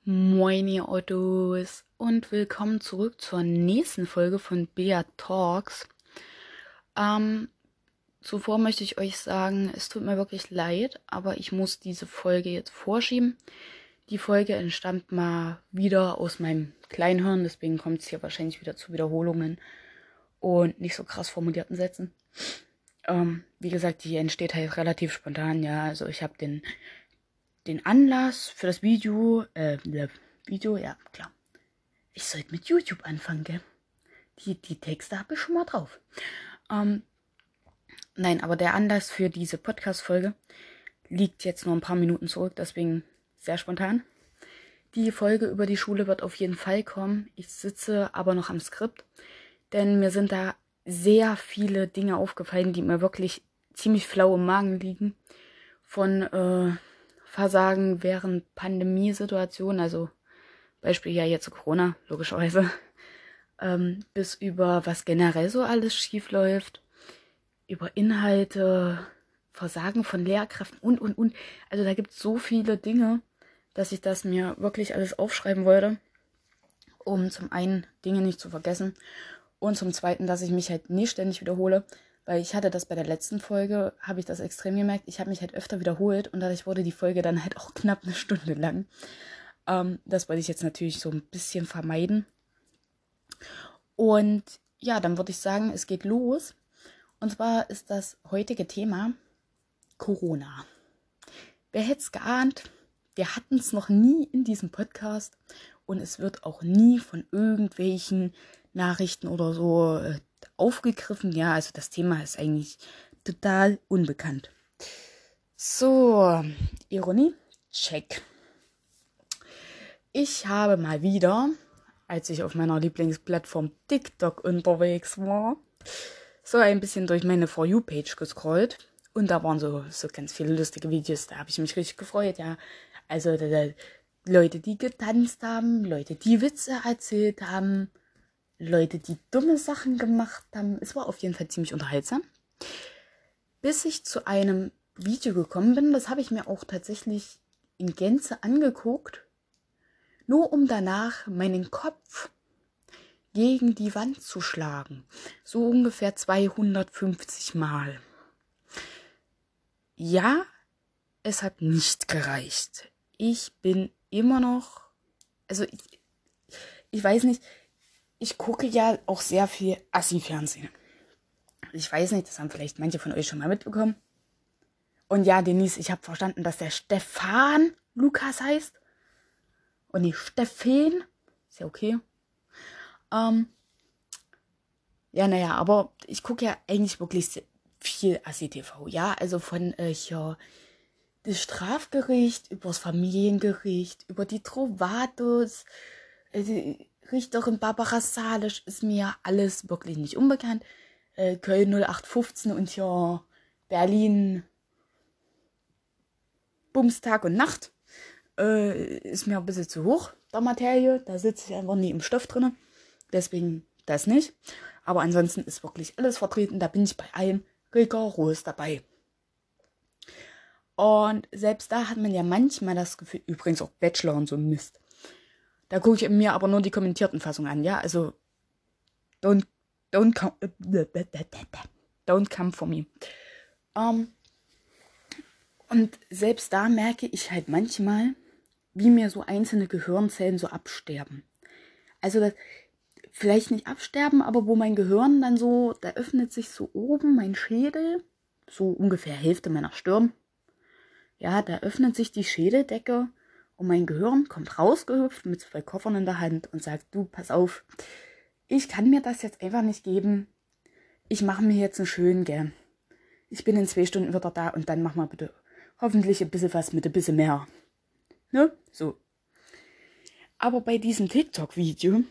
Moin ihr Ottos und willkommen zurück zur nächsten Folge von Bea Talks. Ähm, Zuvor möchte ich euch sagen, es tut mir wirklich leid, aber ich muss diese Folge jetzt vorschieben. Die Folge entstammt mal wieder aus meinem Kleinhirn, deswegen kommt es hier wahrscheinlich wieder zu Wiederholungen und nicht so krass formulierten Sätzen. Wie gesagt, die entsteht halt relativ spontan, ja. Also ich habe den Anlass für das Video, ja, klar. Ich sollte mit YouTube anfangen, gell? Die Texte habe ich schon mal drauf. Ähm, nein, aber der Anlass für diese Podcast-Folge liegt jetzt nur ein paar Minuten zurück, deswegen sehr spontan. Die Folge über die Schule wird auf jeden Fall kommen. Ich sitze aber noch am Skript, denn mir sind da sehr viele Dinge aufgefallen, die mir wirklich ziemlich flau im Magen liegen. Von Versagen während Pandemiesituationen, also Beispiel ja jetzt Corona, logischerweise, bis über was generell so alles schief läuft, über Inhalte, Versagen von Lehrkräften und. Also da gibt es so viele Dinge, dass ich das mir wirklich alles aufschreiben wollte, um zum einen Dinge nicht zu vergessen und zum zweiten, dass ich mich halt nicht ständig wiederhole, weil ich hatte das bei der letzten Folge, habe ich das extrem gemerkt, ich habe mich halt öfter wiederholt und dadurch wurde die Folge dann halt auch knapp eine Stunde lang. Das wollte ich jetzt natürlich so ein bisschen vermeiden. Und ja, dann würde ich sagen, es geht los. Und zwar ist das heutige Thema Corona. Wer hätte es geahnt? Wir hatten es noch nie in diesem Podcast und es wird auch nie von irgendwelchen Nachrichten oder so aufgegriffen. Ja, also das Thema ist eigentlich total unbekannt. So, Ironie, check. Ich habe mal wieder, als ich auf meiner Lieblingsplattform TikTok unterwegs war, so ein bisschen durch meine For You-Page gescrollt. Und da waren so ganz viele lustige Videos. Da habe ich mich richtig gefreut, ja. Also Leute, die getanzt haben, Leute, die Witze erzählt haben, Leute, die dumme Sachen gemacht haben. Es war auf jeden Fall ziemlich unterhaltsam. Bis ich zu einem Video gekommen bin, das habe ich mir auch tatsächlich in Gänze angeguckt, nur um danach meinen Kopf gegen die Wand zu schlagen. So ungefähr 250 Mal. Ja, es hat nicht gereicht. Ich bin immer noch, also ich weiß nicht, ich gucke ja auch sehr viel Assi-Fernsehen. Ich weiß nicht, das haben vielleicht manche von euch schon mal mitbekommen. Und ja, Denise, ich habe verstanden, dass der Stefan Lukas heißt. Und nicht Stefan. Ist ja okay. Ja, naja, aber ich gucke ja eigentlich wirklich viel Assi-TV. Ja, also von hier das Strafgericht, übers Familiengericht, über die Trovatos, die Richterin Barbara Salisch ist mir alles wirklich nicht unbekannt. Köln 0815 und hier Berlin Bumstag und Nacht ist mir ein bisschen zu hoch, der Materie. Da sitze ich einfach nie im Stoff drin. Deswegen das nicht. Aber ansonsten ist wirklich alles vertreten. Da bin ich bei allem rigoros dabei. Und selbst da hat man ja manchmal das Gefühl, übrigens auch Bachelor und so Mist. Da gucke ich mir aber nur die kommentierten Fassungen an, ja. Also don't, don't come, don't come for me. Und selbst da merke ich halt manchmal, wie mir so einzelne Gehirnzellen so absterben. Also das, vielleicht nicht absterben, aber wo mein Gehirn dann so, da öffnet sich so oben mein Schädel, so ungefähr Hälfte meiner Stirn. Ja, da öffnet sich die Schädeldecke und mein Gehirn kommt rausgehüpft mit 2 Koffern in der Hand und sagt, du, pass auf, ich kann mir das jetzt einfach nicht geben. Ich mache mir jetzt einen schönen, gell. Ich bin in 2 Stunden wieder da und dann mach mal bitte hoffentlich ein bisschen was mit ein bisschen mehr. Ne? So. Aber bei diesem TikTok-Video,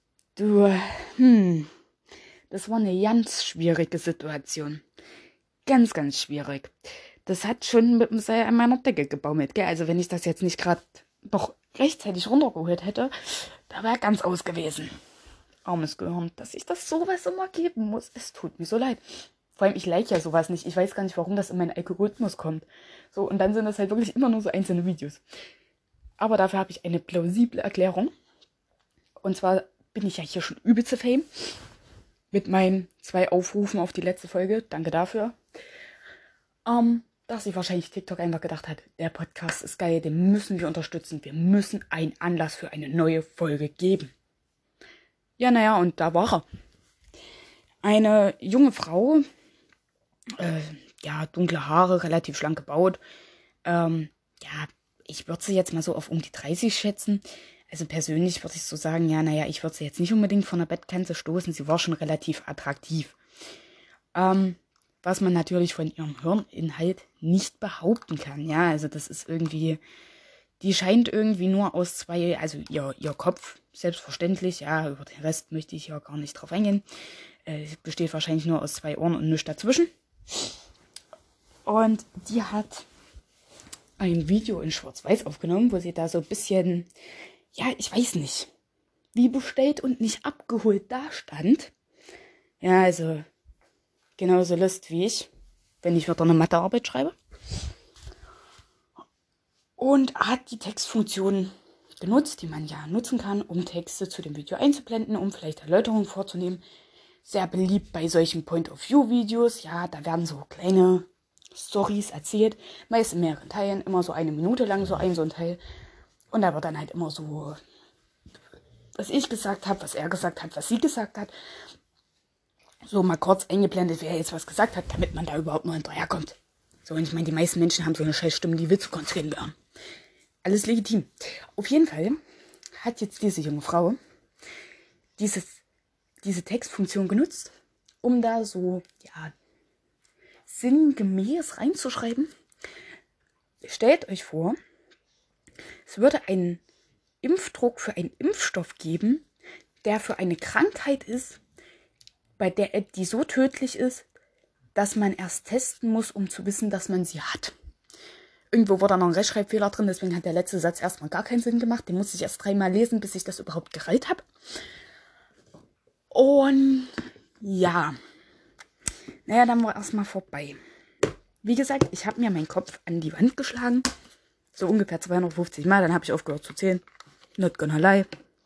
das war eine ganz schwierige Situation. Ganz, ganz schwierig. Das hat schon mit dem Seil an meiner Decke gebaumelt, gell? Also wenn ich das jetzt nicht gerade noch rechtzeitig runtergeholt hätte, da wäre ganz aus gewesen. Armes Gehirn, dass ich das sowas immer geben muss. Es tut mir so leid. Vor allem, ich like ja sowas nicht. Ich weiß gar nicht, warum das in meinen Algorithmus kommt. So, und dann sind das halt wirklich immer nur so einzelne Videos. Aber dafür habe ich eine plausible Erklärung. Und zwar bin ich ja hier schon übelste Fame mit meinen 2 Aufrufen auf die letzte Folge. Danke dafür. Dass sich wahrscheinlich TikTok einfach gedacht hat, der Podcast ist geil, den müssen wir unterstützen. Wir müssen einen Anlass für eine neue Folge geben. Ja, naja, und da war er. Eine junge Frau, dunkle Haare, relativ schlank gebaut. Ich würde sie jetzt mal so auf um die 30 schätzen. Also persönlich würde ich so sagen, ich würde sie jetzt nicht unbedingt von der Bettkante stoßen. Sie war schon relativ attraktiv. Was man natürlich von ihrem Hirninhalt nicht behaupten kann. Ja, also das ist irgendwie, die scheint irgendwie nur aus 2, also ihr Kopf, selbstverständlich, ja, über den Rest möchte ich ja gar nicht drauf eingehen. Besteht wahrscheinlich nur aus 2 Ohren und nichts dazwischen. Und die hat ein Video in Schwarz-Weiß aufgenommen, wo sie da so ein bisschen, ich weiß nicht, wie bestellt und nicht abgeholt da stand. Ja, also genauso Lust wie ich, wenn ich wieder eine Mathearbeit schreibe. Und hat die Textfunktion genutzt, die man ja nutzen kann, um Texte zu dem Video einzublenden, um vielleicht Erläuterungen vorzunehmen. Sehr beliebt bei solchen Point-of-View-Videos. Ja, da werden so kleine Storys erzählt, meist in mehreren Teilen, immer so 1 Minute lang so ein Teil. Und da wird dann halt immer so, was ich gesagt habe, was er gesagt hat, was sie gesagt hat, so mal kurz eingeblendet, wer jetzt was gesagt hat, damit man da überhaupt nur hinterherkommt. So, und ich meine, die meisten Menschen haben so eine Scheißstimme, die will zu konzentrieren werden. Alles legitim. Auf jeden Fall hat jetzt diese junge Frau diese Textfunktion genutzt, um da so, sinngemäß reinzuschreiben. Stellt euch vor, es würde einen Impfdruck für einen Impfstoff geben, der für eine Krankheit ist, bei der die so tödlich ist, dass man erst testen muss, um zu wissen, dass man sie hat. Irgendwo war da noch ein Rechtschreibfehler drin, deswegen hat der letzte Satz erstmal gar keinen Sinn gemacht. Den musste ich erst 3-mal lesen, bis ich das überhaupt gereiht habe. Und dann war erstmal vorbei. Wie gesagt, ich habe mir meinen Kopf an die Wand geschlagen. So ungefähr 250 Mal, dann habe ich aufgehört zu zählen. Not gonna lie.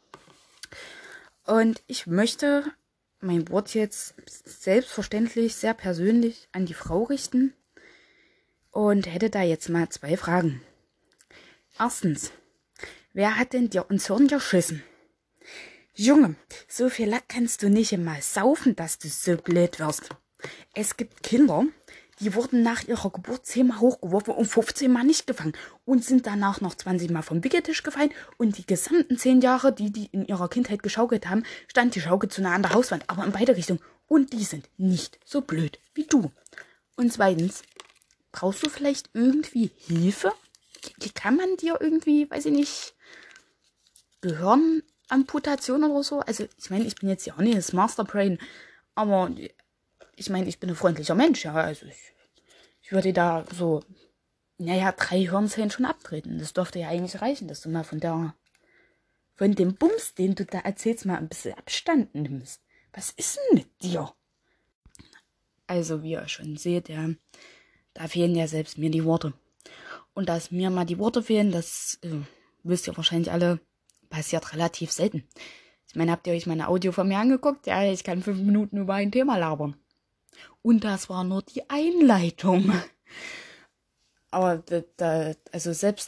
Und ich möchte mein Wort jetzt selbstverständlich sehr persönlich an die Frau richten und hätte da jetzt mal 2 Fragen. Erstens, wer hat denn dir ins Hirn geschissen? Junge, so viel Lack kannst du nicht immer saufen, dass du so blöd wirst. Es gibt Kinder, die wurden nach ihrer Geburt 10-mal hochgeworfen und 15-mal nicht gefangen und sind danach noch 20-mal vom Wickeltisch gefallen und die gesamten 10 Jahre, die in ihrer Kindheit geschaukelt haben, stand die Schaukel zu nah an der Hauswand, aber in beide Richtungen. Und die sind nicht so blöd wie du. Und zweitens, brauchst du vielleicht irgendwie Hilfe? Kann man dir irgendwie, weiß ich nicht, Gehirnamputation oder so? Also ich meine, ich bin jetzt ja auch nicht das Masterbrain, aber ich meine, ich bin ein freundlicher Mensch, ja. Also ich würde da so, 3 Hirnzellen schon abtreten. Das dürfte ja eigentlich reichen, dass du mal von dem Bums, den du da erzählst, mal ein bisschen Abstand nimmst. Was ist denn mit dir? Also, wie ihr schon seht, da fehlen ja selbst mir die Worte. Und dass mir mal die Worte fehlen, das wisst ihr wahrscheinlich alle, passiert relativ selten. Ich meine, habt ihr euch meine Audio von mir angeguckt? Ja, ich kann 5 Minuten über ein Thema labern. Und das war nur die Einleitung. Aber also selbst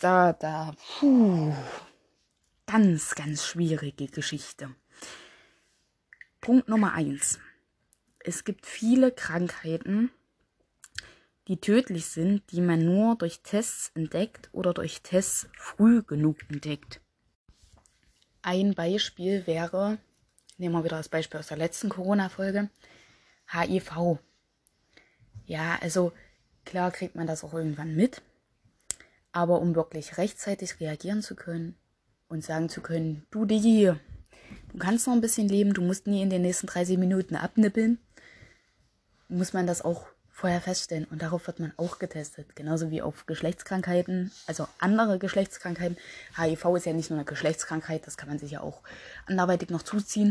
ganz, ganz schwierige Geschichte. Punkt Nummer 1. Es gibt viele Krankheiten, die tödlich sind, die man nur durch Tests entdeckt oder durch Tests früh genug entdeckt. Ein Beispiel wäre, nehmen wir wieder das Beispiel aus der letzten Corona-Folge, HIV. Ja, also klar kriegt man das auch irgendwann mit, aber um wirklich rechtzeitig reagieren zu können und sagen zu können, du Digi, du kannst noch ein bisschen leben, du musst nie in den nächsten 30 Minuten abnippeln, muss man das auch vorher feststellen. Und darauf wird man auch getestet. Genauso wie auf Geschlechtskrankheiten, also andere Geschlechtskrankheiten. HIV ist ja nicht nur eine Geschlechtskrankheit, das kann man sich ja auch anderweitig noch zuziehen.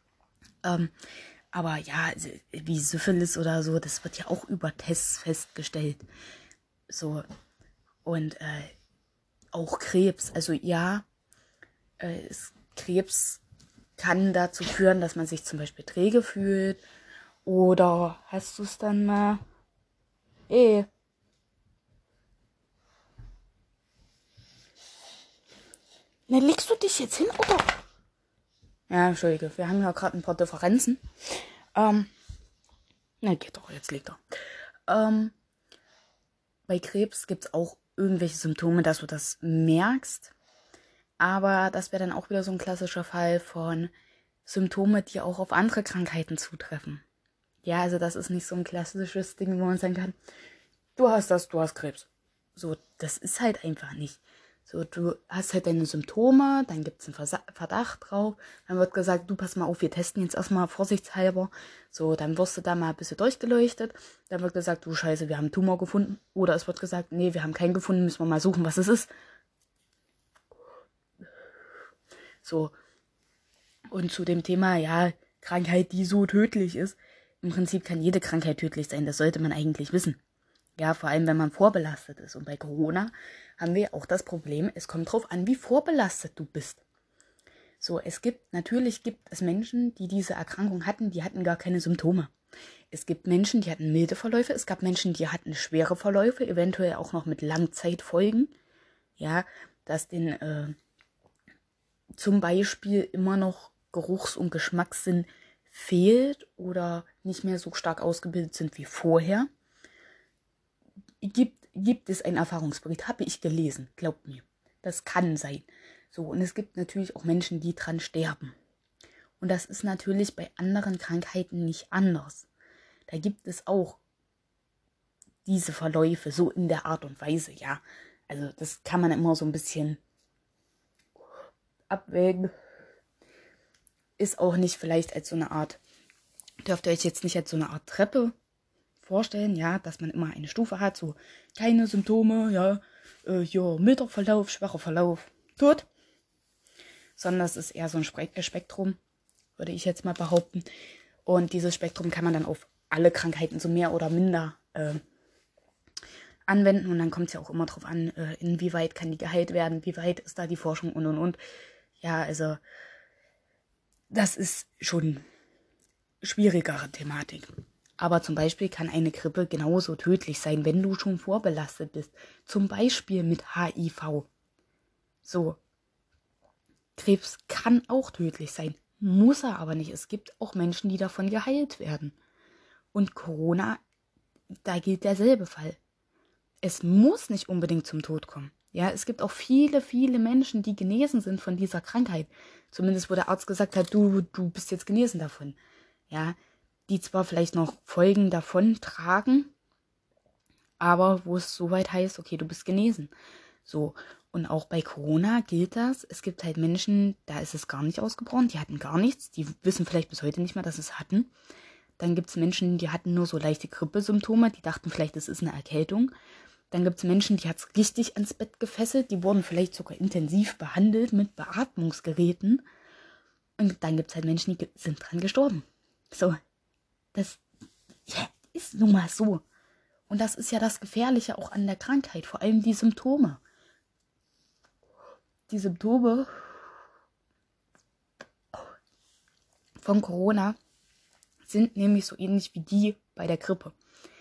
Aber ja, wie Syphilis oder so, das wird ja auch über Tests festgestellt. So. Und auch Krebs. Also ja, Krebs kann dazu führen, dass man sich zum Beispiel träge fühlt. Oder hast du es dann mal? Eh. Ne, legst du dich jetzt hin, oder? Ja, Entschuldige, wir haben ja gerade ein paar Differenzen. Na, geht doch, jetzt liegt er. Bei Krebs gibt es auch irgendwelche Symptome, dass du das merkst. Aber das wäre dann auch wieder so ein klassischer Fall von Symptome, die auch auf andere Krankheiten zutreffen. Ja, also das ist nicht so ein klassisches Ding, wo man sagen kann, du hast das, du hast Krebs. So, das ist halt einfach nicht. So, du hast halt deine Symptome, dann gibt es einen Verdacht drauf, dann wird gesagt, du pass mal auf, wir testen jetzt erstmal vorsichtshalber. So, dann wirst du da mal ein bisschen durchgeleuchtet. Dann wird gesagt, du Scheiße, wir haben einen Tumor gefunden. Oder es wird gesagt, nee, wir haben keinen gefunden, müssen wir mal suchen, was es ist. So, und zu dem Thema, ja, Krankheit, die so tödlich ist. Im Prinzip kann jede Krankheit tödlich sein, das sollte man eigentlich wissen. Ja, vor allem, wenn man vorbelastet ist. Und bei Corona haben wir auch das Problem, es kommt drauf an, wie vorbelastet du bist. So, natürlich gibt es Menschen, die diese Erkrankung hatten, die hatten gar keine Symptome. Es gibt Menschen, die hatten milde Verläufe, es gab Menschen, die hatten schwere Verläufe, eventuell auch noch mit Langzeitfolgen. Ja, dass den zum Beispiel immer noch Geruchs- und Geschmackssinn fehlt oder nicht mehr so stark ausgebildet sind wie vorher. Gibt es einen Erfahrungsbericht, habe ich gelesen, glaubt mir. Das kann sein. So, und es gibt natürlich auch Menschen, die dran sterben. Und das ist natürlich bei anderen Krankheiten nicht anders. Da gibt es auch diese Verläufe, so in der Art und Weise, ja. Also das kann man immer so ein bisschen abwägen. Ist auch nicht vielleicht als so eine Art, dürft ihr euch jetzt nicht als so eine Art Treppe vorstellen, ja, dass man immer eine Stufe hat, so keine Symptome, ja, ja, milder Verlauf, schwacher Verlauf, tot. Sondern das ist eher so ein Spektrum, würde ich jetzt mal behaupten. Und dieses Spektrum kann man dann auf alle Krankheiten so mehr oder minder anwenden. Und dann kommt es ja auch immer darauf an, inwieweit kann die geheilt werden, wie weit ist da die Forschung und. Ja, also das ist schon schwierigere Thematik. Aber zum Beispiel kann eine Grippe genauso tödlich sein, wenn du schon vorbelastet bist. Zum Beispiel mit HIV. So, Krebs kann auch tödlich sein, muss er aber nicht. Es gibt auch Menschen, die davon geheilt werden. Und Corona, da gilt derselbe Fall. Es muss nicht unbedingt zum Tod kommen. Ja, es gibt auch viele, viele Menschen, die genesen sind von dieser Krankheit. Zumindest wo der Arzt gesagt hat, du bist jetzt genesen davon. Ja, die zwar vielleicht noch Folgen davon tragen, aber wo es soweit heißt, okay, du bist genesen. So, und auch bei Corona gilt das. Es gibt halt Menschen, da ist es gar nicht ausgebrochen, die hatten gar nichts, die wissen vielleicht bis heute nicht mehr, dass sie es hatten. Dann gibt es Menschen, die hatten nur so leichte Grippesymptome, die dachten vielleicht, es ist eine Erkältung. Dann gibt es Menschen, die hat es richtig ans Bett gefesselt, die wurden vielleicht sogar intensiv behandelt mit Beatmungsgeräten. Und dann gibt es halt Menschen, die sind dran gestorben. So, das ist nun mal so. Und das ist ja das Gefährliche auch an der Krankheit, vor allem die Symptome. Die Symptome von Corona sind nämlich so ähnlich wie die bei der Grippe.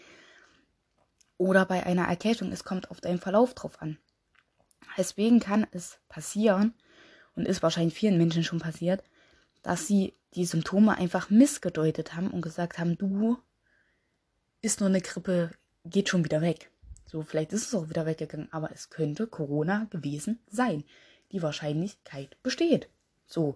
Oder bei einer Erkältung. Es kommt auf deinen Verlauf drauf an. Deswegen kann es passieren, und ist wahrscheinlich vielen Menschen schon passiert, dass sie die Symptome einfach missgedeutet haben und gesagt haben, du, ist nur eine Grippe, geht schon wieder weg. So, vielleicht ist es auch wieder weggegangen, aber es könnte Corona gewesen sein. Die Wahrscheinlichkeit besteht. So.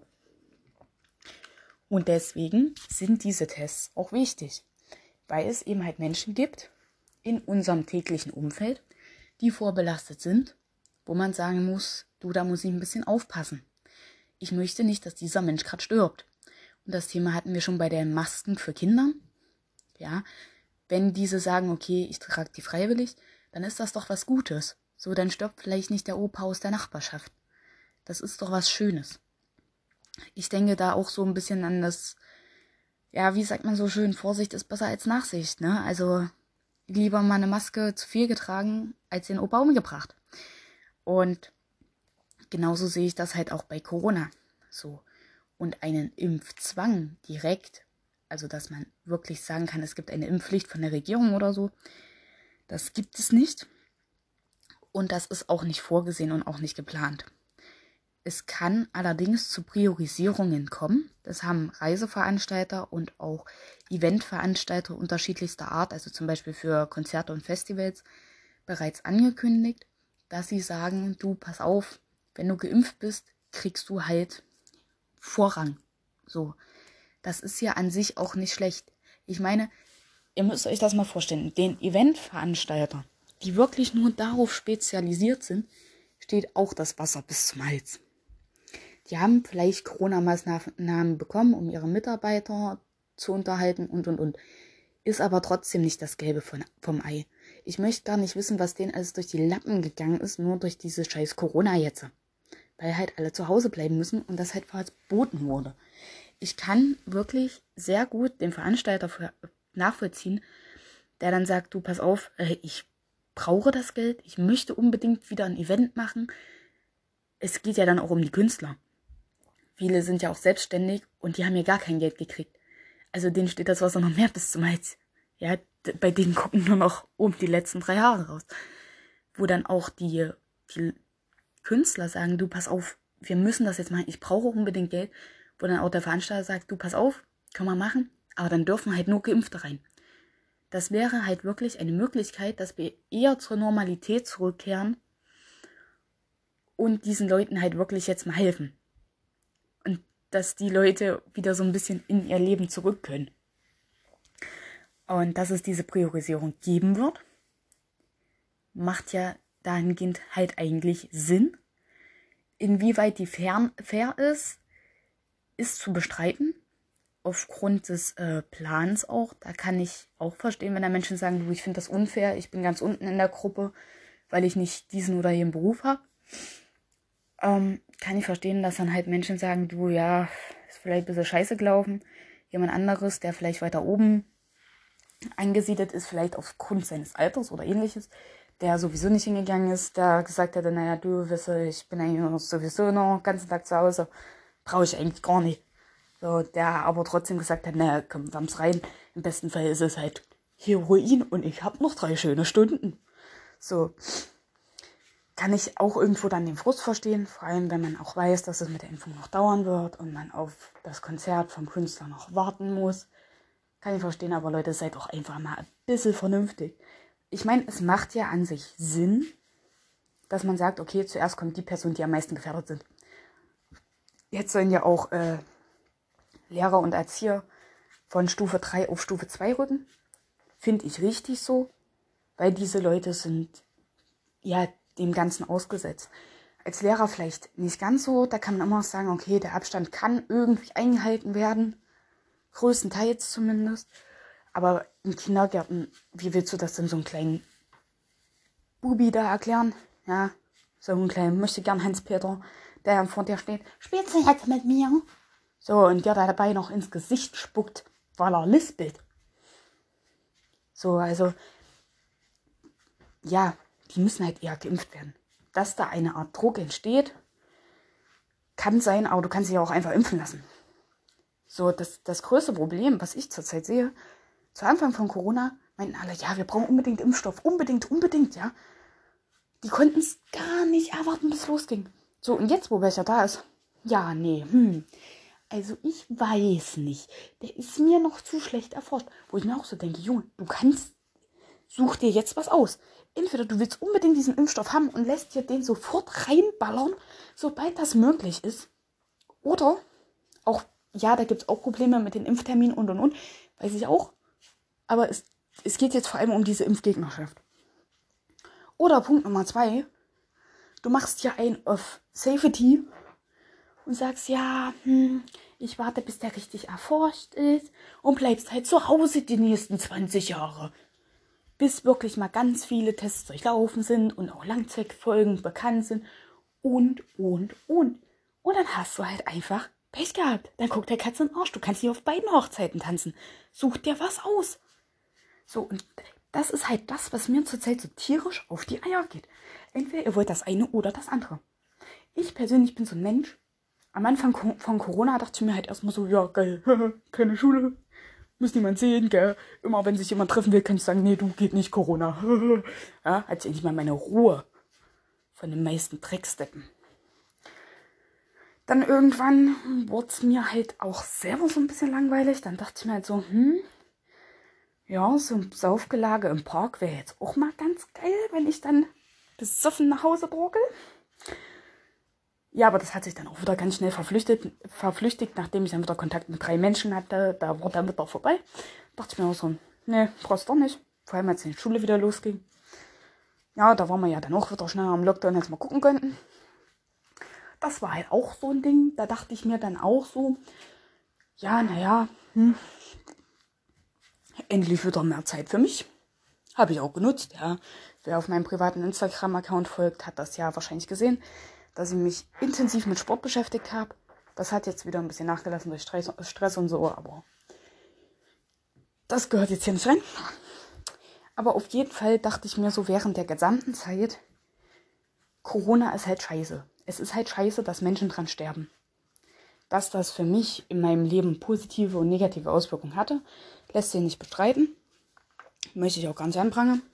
Und deswegen sind diese Tests auch wichtig, weil es eben halt Menschen gibt in unserem täglichen Umfeld, die vorbelastet sind, wo man sagen muss, du, da muss ich ein bisschen aufpassen. Ich möchte nicht, dass dieser Mensch gerade stirbt. Und das Thema hatten wir schon bei den Masken für Kinder. Ja, wenn diese sagen, okay, ich trage die freiwillig, dann ist das doch was Gutes. So, dann stirbt vielleicht nicht der Opa aus der Nachbarschaft. Das ist doch was Schönes. Ich denke da auch so ein bisschen an das, ja, wie sagt man so schön, Vorsicht ist besser als Nachsicht, ne? Also lieber mal eine Maske zu viel getragen, als den Opa umgebracht. Und genauso sehe ich das halt auch bei Corona so. Und einen Impfzwang direkt, also dass man wirklich sagen kann, es gibt eine Impfpflicht von der Regierung oder so, das gibt es nicht. Und das ist auch nicht vorgesehen und auch nicht geplant. Es kann allerdings zu Priorisierungen kommen. Das haben Reiseveranstalter und auch Eventveranstalter unterschiedlichster Art, also zum Beispiel für Konzerte und Festivals, bereits angekündigt, dass sie sagen, du, pass auf, wenn du geimpft bist, kriegst du halt Vorrang. So, das ist ja an sich auch nicht schlecht. Ich meine, ihr müsst euch das mal vorstellen, den Eventveranstalter, die wirklich nur darauf spezialisiert sind, steht auch das Wasser bis zum Hals. Die haben vielleicht Corona-Maßnahmen bekommen, um ihre Mitarbeiter zu unterhalten und. Ist aber trotzdem nicht das Gelbe vom Ei. Ich möchte gar nicht wissen, was denen alles durch die Lappen gegangen ist, nur durch diese scheiß Corona jetzt. Weil halt alle zu Hause bleiben müssen und das halt verboten wurde. Ich kann wirklich sehr gut den Veranstalter nachvollziehen, der dann sagt, du, pass auf, ich brauche das Geld, ich möchte unbedingt wieder ein Event machen. Es geht ja dann auch um die Künstler. Viele sind ja auch selbstständig und die haben ja gar kein Geld gekriegt. Also denen steht das Wasser noch mehr bis zum Hals. Ja, bei denen gucken nur noch oben die letzten 3 Haare raus. Wo dann auch die Künstler sagen, du, pass auf, wir müssen das jetzt machen, ich brauche unbedingt Geld. Wo dann auch der Veranstalter sagt, du, pass auf, können wir machen, aber dann dürfen halt nur Geimpfte rein. Das wäre halt wirklich eine Möglichkeit, dass wir eher zur Normalität zurückkehren und diesen Leuten halt wirklich jetzt mal helfen. Und dass die Leute wieder so ein bisschen in ihr Leben zurück können. Und dass es diese Priorisierung geben wird, macht ja dahingehend halt eigentlich Sinn. Inwieweit die fair ist zu bestreiten. Aufgrund des Plans auch. Da kann ich auch verstehen, wenn da Menschen sagen, du, ich finde das unfair, ich bin ganz unten in der Gruppe, weil ich nicht diesen oder jenen Beruf habe. Kann ich verstehen, dass dann halt Menschen sagen, du, ja, ist vielleicht ein bisschen scheiße gelaufen. Jemand anderes, der vielleicht weiter oben angesiedelt ist, vielleicht aufgrund seines Alters oder ähnliches, der sowieso nicht hingegangen ist, der gesagt hätte, naja, du, wisse, ich bin eigentlich sowieso noch den ganzen Tag zu Hause, brauche ich eigentlich gar nicht. So, der aber trotzdem gesagt hat, naja, komm, wamms rein. Im besten Fall ist es halt Heroin und ich habe noch 3 schöne Stunden. So, kann ich auch irgendwo dann den Frust verstehen, vor allem wenn man auch weiß, dass es mit der Impfung noch dauern wird und man auf das Konzert vom Künstler noch warten muss. Kann ich verstehen, aber Leute, seid doch einfach mal ein bisschen vernünftig. Ich meine, es macht ja an sich Sinn, dass man sagt, okay, zuerst kommt die Person, die am meisten gefährdet sind. Jetzt sollen ja auch Lehrer und Erzieher von Stufe 3 auf Stufe 2 rücken. Finde ich richtig so, weil diese Leute sind ja dem Ganzen ausgesetzt. Als Lehrer vielleicht nicht ganz so, da kann man immer sagen, okay, der Abstand kann irgendwie eingehalten werden, größtenteils zumindest. Aber in Kindergärten, wie willst du das denn so einem kleinen Bubi da erklären? Ja, so einen kleinen möchte gern Hans-Peter, der vor dir steht, spielst du jetzt mit mir? So, und der dabei noch ins Gesicht spuckt, weil er lispelt. So, also, ja, die müssen halt eher geimpft werden. Dass da eine Art Druck entsteht, kann sein, aber du kannst dich auch einfach impfen lassen. So, das größte Problem, was ich zurzeit sehe, zu Anfang von Corona meinten alle, ja, wir brauchen unbedingt Impfstoff, unbedingt, ja. Die konnten es gar nicht erwarten, bis es losging. So, und jetzt, wo welcher da ist, ja, nee, also ich weiß nicht, der ist mir noch zu schlecht erforscht. Wo ich mir auch so denke, Junge, such dir jetzt was aus. Entweder du willst unbedingt diesen Impfstoff haben und lässt dir den sofort reinballern, sobald das möglich ist. Oder auch, ja, da gibt es auch Probleme mit den Impfterminen und, weiß ich auch. Aber es geht jetzt vor allem um diese Impfgegnerschaft. Oder Punkt Nummer 2, du machst ja ein auf Safety und sagst, ja, ich warte, bis der richtig erforscht ist und bleibst halt zu Hause die nächsten 20 Jahre. Bis wirklich mal ganz viele Tests durchlaufen sind und auch Langzeitfolgen bekannt sind und. Und dann hast du halt einfach Pech gehabt. Dann guckt der Katze in den Arsch. Du kannst nicht auf beiden Hochzeiten tanzen. Such dir was aus. So, und das ist halt das, was mir zurzeit so tierisch auf die Eier geht. Entweder ihr wollt das eine oder das andere. Ich persönlich bin so ein Mensch. Am Anfang von Corona dachte ich mir halt erstmal so, ja geil, keine Schule, muss niemand sehen, gell. Immer wenn sich jemand treffen will, kann ich sagen, nee, du geht nicht, Corona. Ja, hatte ich endlich mal meine Ruhe von den meisten Drecksteppen. Dann irgendwann wurde es mir halt auch selber so ein bisschen langweilig. Dann dachte ich mir halt so, ja, so ein Saufgelage im Park wäre jetzt auch mal ganz geil, wenn ich dann besoffen nach Hause brockel. Ja, aber das hat sich dann auch wieder ganz schnell verflüchtigt, nachdem ich dann wieder Kontakt mit 3 Menschen hatte. Da war dann wieder vorbei. Dachte ich mir auch so, nee, brauchst doch nicht. Vor allem, als die Schule wieder losging. Ja, da waren wir ja dann auch wieder schneller am Lockdown, als wir gucken könnten. Das war halt auch so ein Ding. Da dachte ich mir dann auch so, ja, naja, endlich wieder mehr Zeit für mich. Habe ich auch genutzt, ja. Wer auf meinem privaten Instagram-Account folgt, hat das ja wahrscheinlich gesehen, dass ich mich intensiv mit Sport beschäftigt habe. Das hat jetzt wieder ein bisschen nachgelassen durch Stress und so, aber das gehört jetzt hier nicht rein. Aber auf jeden Fall dachte ich mir so während der gesamten Zeit, Corona ist halt scheiße. Es ist halt scheiße, dass Menschen dran sterben. Dass das für mich in meinem Leben positive und negative Auswirkungen hatte, lässt sich nicht bestreiten. Möchte ich auch gar nicht anprangern.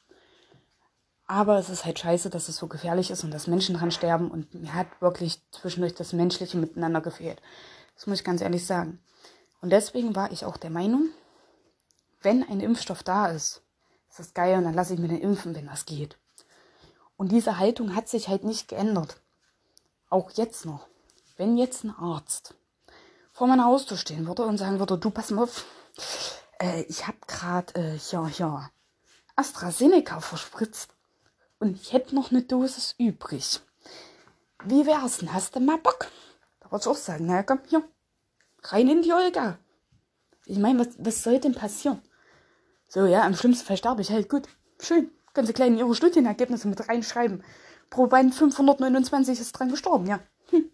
Aber es ist halt scheiße, dass es so gefährlich ist und dass Menschen dran sterben. Und mir hat wirklich zwischendurch das menschliche Miteinander gefehlt. Das muss ich ganz ehrlich sagen. Und deswegen war ich auch der Meinung, wenn ein Impfstoff da ist das geil und dann lasse ich mir den impfen, wenn das geht. Und diese Haltung hat sich halt nicht geändert. Auch jetzt noch. Wenn jetzt ein Arzt vor meiner Haustür stehen würde und sagen würde, du pass mal auf, ich habe gerade hier AstraZeneca verspritzt und ich hätte noch eine Dosis übrig. Wie wär's denn? Hast du mal Bock? Da würde ich auch sagen, na komm, hier, rein in die Olga. Ich meine, was soll denn passieren? So, ja, im schlimmsten Fall sterbe ich halt, gut, schön. Können Sie gleich in Ihre Studienergebnisse mit reinschreiben. Pro Band 529 ist dran gestorben, ja.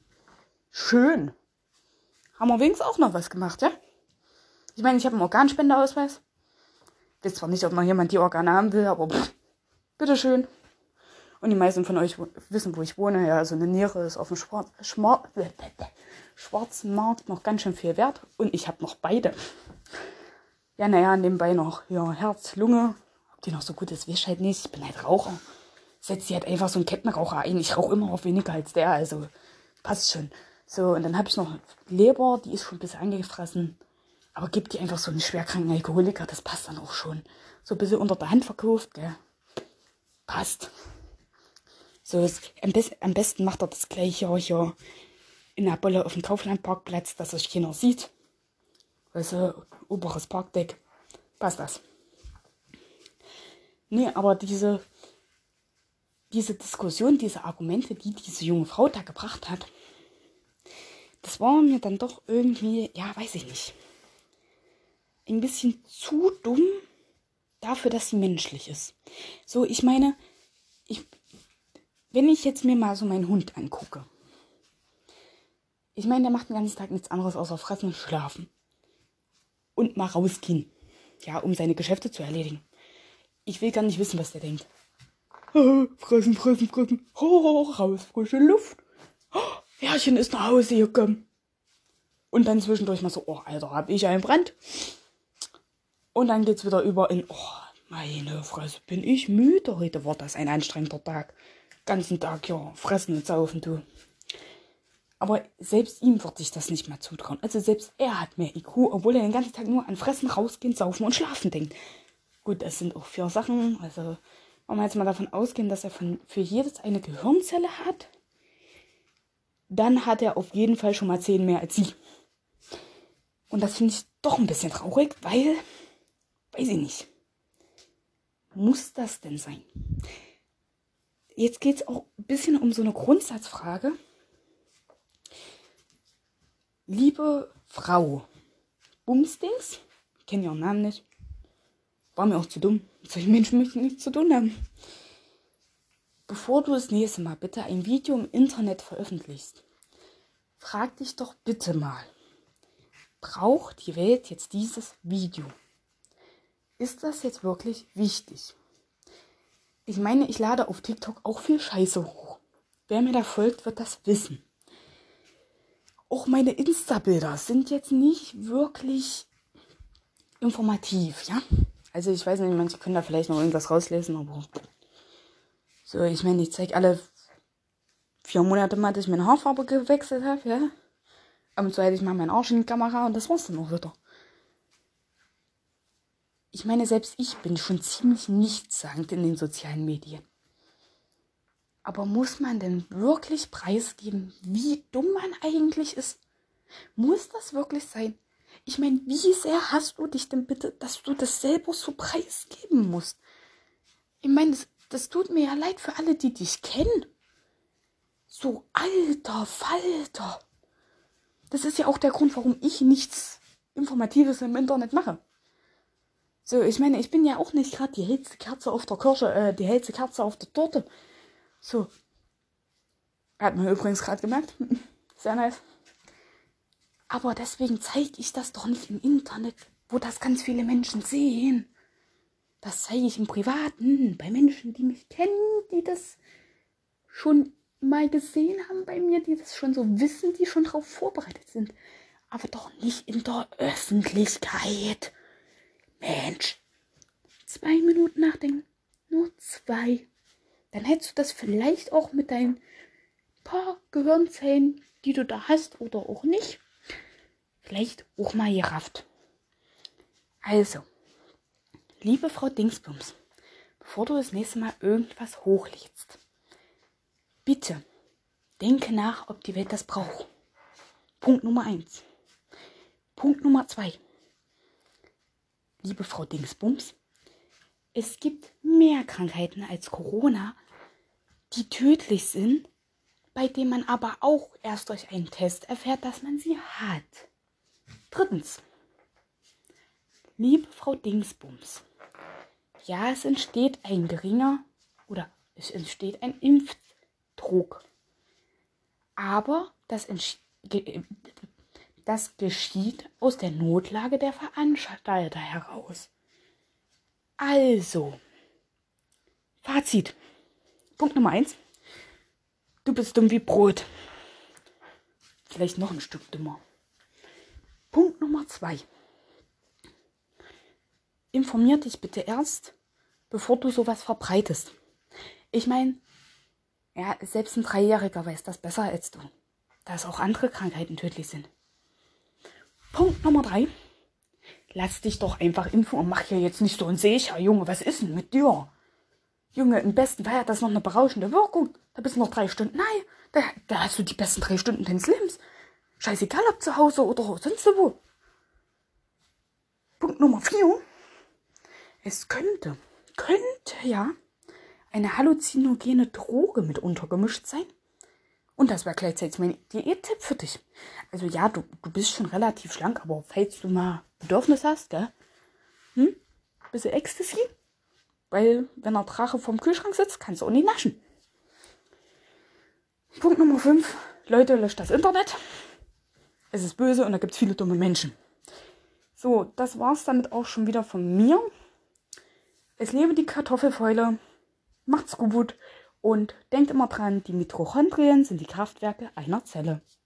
Schön. Haben wir wenigstens auch noch was gemacht, ja? Ich meine, ich habe einen Organspendeausweis. Ich weiß zwar nicht, ob noch jemand die Organe haben will, aber bitteschön. Und die meisten von euch wissen, wo ich wohne. Ja, also eine Niere ist auf dem schwarzen Markt noch ganz schön viel wert. Und ich habe noch beide. Ja, naja, nebenbei noch Herz, Lunge. Ob die noch so gut ist, weiß ich halt nicht. Ich bin halt Raucher. Setzt sie halt einfach so einen Kettenraucher ein. Ich rauche immer noch weniger als der, also passt schon. So, und dann habe ich noch Leber, die ist schon ein bisschen angefressen. Aber gibt die einfach so einen schwerkranken Alkoholiker, das passt dann auch schon. So ein bisschen unter der Hand verkauft, gell. Passt. So, am besten macht er das gleich hier in der Bolle auf dem Kauflandparkplatz, dass es keiner sieht. Also, oberes Parkdeck. Passt das. Nee, aber diese Diskussion, diese Argumente, die diese junge Frau da gebracht hat, das war mir dann doch irgendwie, ja, weiß ich nicht, ein bisschen zu dumm dafür, dass sie menschlich ist. So, ich meine, wenn ich jetzt mir mal so meinen Hund angucke, ich meine, der macht den ganzen Tag nichts anderes außer fressen und schlafen. Und mal rausgehen, ja, um seine Geschäfte zu erledigen. Ich will gar nicht wissen, was der denkt. Fressen, fressen, fressen. Raus, frische Luft. Herrchen ist nach Hause gekommen. Und dann zwischendurch mal so, oh, Alter, hab ich einen Brand. Und dann geht's wieder über in, oh, meine Fresse, bin ich müde. Heute war das ein anstrengender Tag. Ganzen Tag, ja, fressen und saufen, du. Aber selbst ihm wird sich das nicht mehr zutrauen. Also selbst er hat mehr IQ, obwohl er den ganzen Tag nur an Fressen, Rausgehen, Saufen und Schlafen denkt. Gut, das sind auch 4 Sachen. Also, wenn wir jetzt mal davon ausgehen, dass er für jedes eine Gehirnzelle hat, dann hat er auf jeden Fall schon mal 10 mehr als sie. Und das finde ich doch ein bisschen traurig, weil, weiß ich nicht, muss das denn sein? Jetzt geht es auch ein bisschen um so eine Grundsatzfrage. Liebe Frau, Bumsdings, ich kenne ihren Namen nicht, war mir auch zu dumm. Solche Menschen möchten nichts zu tun haben. Bevor du das nächste Mal bitte ein Video im Internet veröffentlichst, frag dich doch bitte mal, braucht die Welt jetzt dieses Video? Ist das jetzt wirklich wichtig? Ich meine, ich lade auf TikTok auch viel Scheiße hoch. wer mir da folgt, wird das wissen. Auch meine Insta-Bilder sind jetzt nicht wirklich informativ, ja? Also ich weiß nicht, manche können da vielleicht noch irgendwas rauslesen, aber so, ich meine, ich zeige alle 4 Monate mal, dass ich meine Haarfarbe gewechselt habe, ja? Ab und zu hätte ich mal meinen Arsch in die Kamera und das war's dann auch wieder. Ich meine, selbst ich bin schon ziemlich nichtssagend in den sozialen Medien. Aber muss man denn wirklich preisgeben, wie dumm man eigentlich ist? Muss das wirklich sein? Ich meine, wie sehr hast du dich denn bitte, dass du das selber so preisgeben musst? Ich meine, das tut mir ja leid für alle, die dich kennen. So alter Falter. Das ist ja auch der Grund, warum ich nichts Informatives im Internet mache. So, ich meine, ich bin ja auch nicht gerade die hellste Kerze auf der Kirsche, die hellste Kerze auf der Torte. So. Hat man übrigens gerade gemerkt. Sehr nice. Aber deswegen zeige ich das doch nicht im Internet, wo das ganz viele Menschen sehen. Das zeige ich im Privaten, bei Menschen, die mich kennen, die das schon mal gesehen haben bei mir, die das schon so wissen, die schon darauf vorbereitet sind. Aber doch nicht in der Öffentlichkeit. Mensch. 2 Minuten nachdenken. Nur 2. Dann hättest du das vielleicht auch mit deinen paar Gehirnzellen, die du da hast oder auch nicht, vielleicht auch mal gerafft. Also, liebe Frau Dingsbums, bevor du das nächste Mal irgendwas hochlädst, bitte denke nach, ob die Welt das braucht. Punkt Nummer 1. Punkt Nummer 2. Liebe Frau Dingsbums, es gibt mehr Krankheiten als Corona, die tödlich sind, bei denen man aber auch erst durch einen Test erfährt, dass man sie hat. 3. Liebe Frau Dingsbums, ja, es entsteht ein Impfdruck. Aber das geschieht aus der Notlage der Veranstalter heraus. Also, Fazit. Punkt Nummer 1. Du bist dumm wie Brot. Vielleicht noch ein Stück dümmer. Punkt Nummer 2. Informier dich bitte erst, bevor du sowas verbreitest. Ich meine, ja, selbst ein 3-Jähriger weiß das besser als du, dass auch andere Krankheiten tödlich sind. Punkt Nummer 3. Lass dich doch einfach impfen und mach hier jetzt nicht so unsicher. Junge, was ist denn mit dir? Junge, im besten Fall hat das noch eine berauschende Wirkung. Da bist du noch 3 Stunden. Nein, da hast du die besten 3 Stunden deines Lebens. Scheißegal, ob zu Hause oder sonst wo. Punkt Nummer 4. Es könnte ja eine halluzinogene Droge mit untergemischt sein. Und das wäre gleichzeitig mein Diättipp für dich. Also ja, du bist schon relativ schlank, aber falls du mal Bedürfnis hast, gell? Bisschen Ecstasy? Weil, wenn der Drache vorm Kühlschrank sitzt, kannst du auch nicht naschen. Punkt Nummer 5. Leute, löscht das Internet. Es ist böse und da gibt es viele dumme Menschen. So, das war's damit auch schon wieder von mir. Es lebe die Kartoffelfäule. Macht's gut und denkt immer dran, die Mitochondrien sind die Kraftwerke einer Zelle.